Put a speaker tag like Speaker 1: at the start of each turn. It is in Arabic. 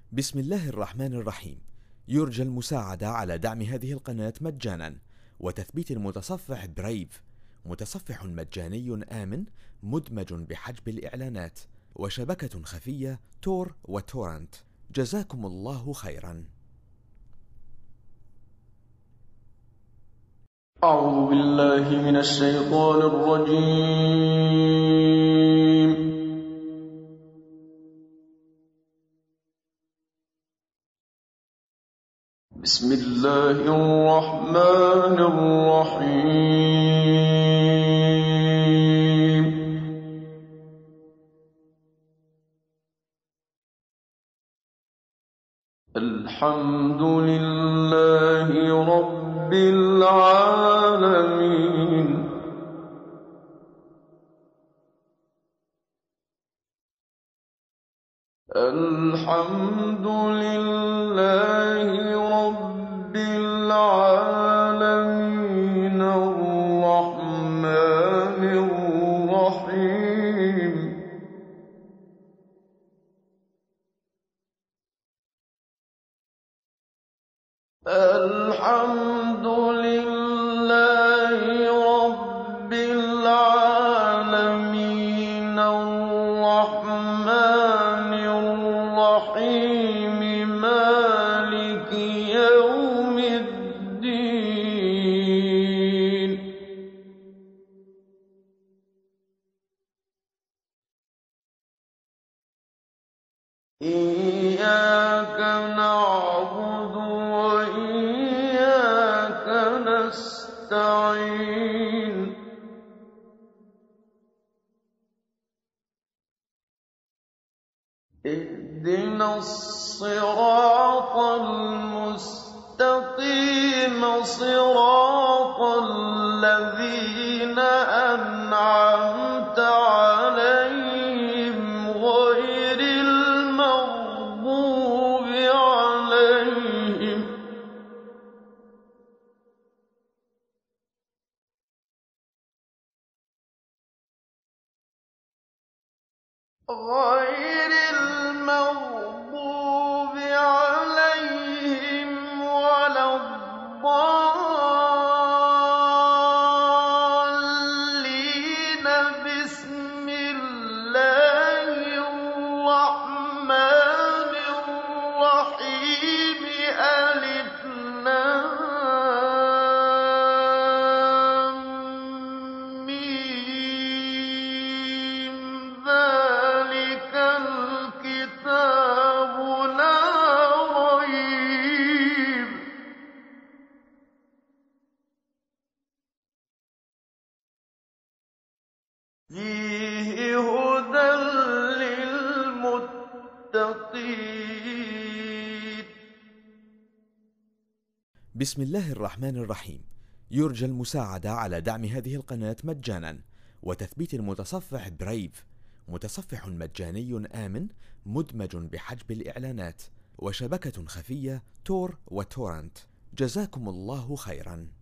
Speaker 1: بسم الله الرحمن الرحيم. يرجى المساعدة على دعم هذه القناة مجانا وتثبيت المتصفح برايف، متصفح مجاني آمن مدمج بحجب الإعلانات وشبكة خفية تور وتورنت. جزاكم الله خيرا.
Speaker 2: أعوذ بالله من الشيطان الرجيم. بسم الله الرحمن الرحيم. الحمد لله رب العالمين. الحمد لله رب العالمين الرحمن الرحيم. الحمد لله رب العالمين الرحمن الرحيم مالك يوم الدين. إياك نعبد وإياك نستعين. اهدنا الصراط المستقيم صراط الذين أنعمت عليهم غير المغضوب عليهم ولا الضالين. بسم الله الرحمن الرحيم. ألف لام ميم. ذلك الكتاب لا ريب فيه هدى للمتقين.
Speaker 1: بسم الله الرحمن الرحيم. يرجى المساعدة على دعم هذه القناة مجانا وتثبيت المتصفح برايف، متصفح مجاني آمن مدمج بحجب الإعلانات وشبكة خفية تور وتورنت. جزاكم الله خيرا.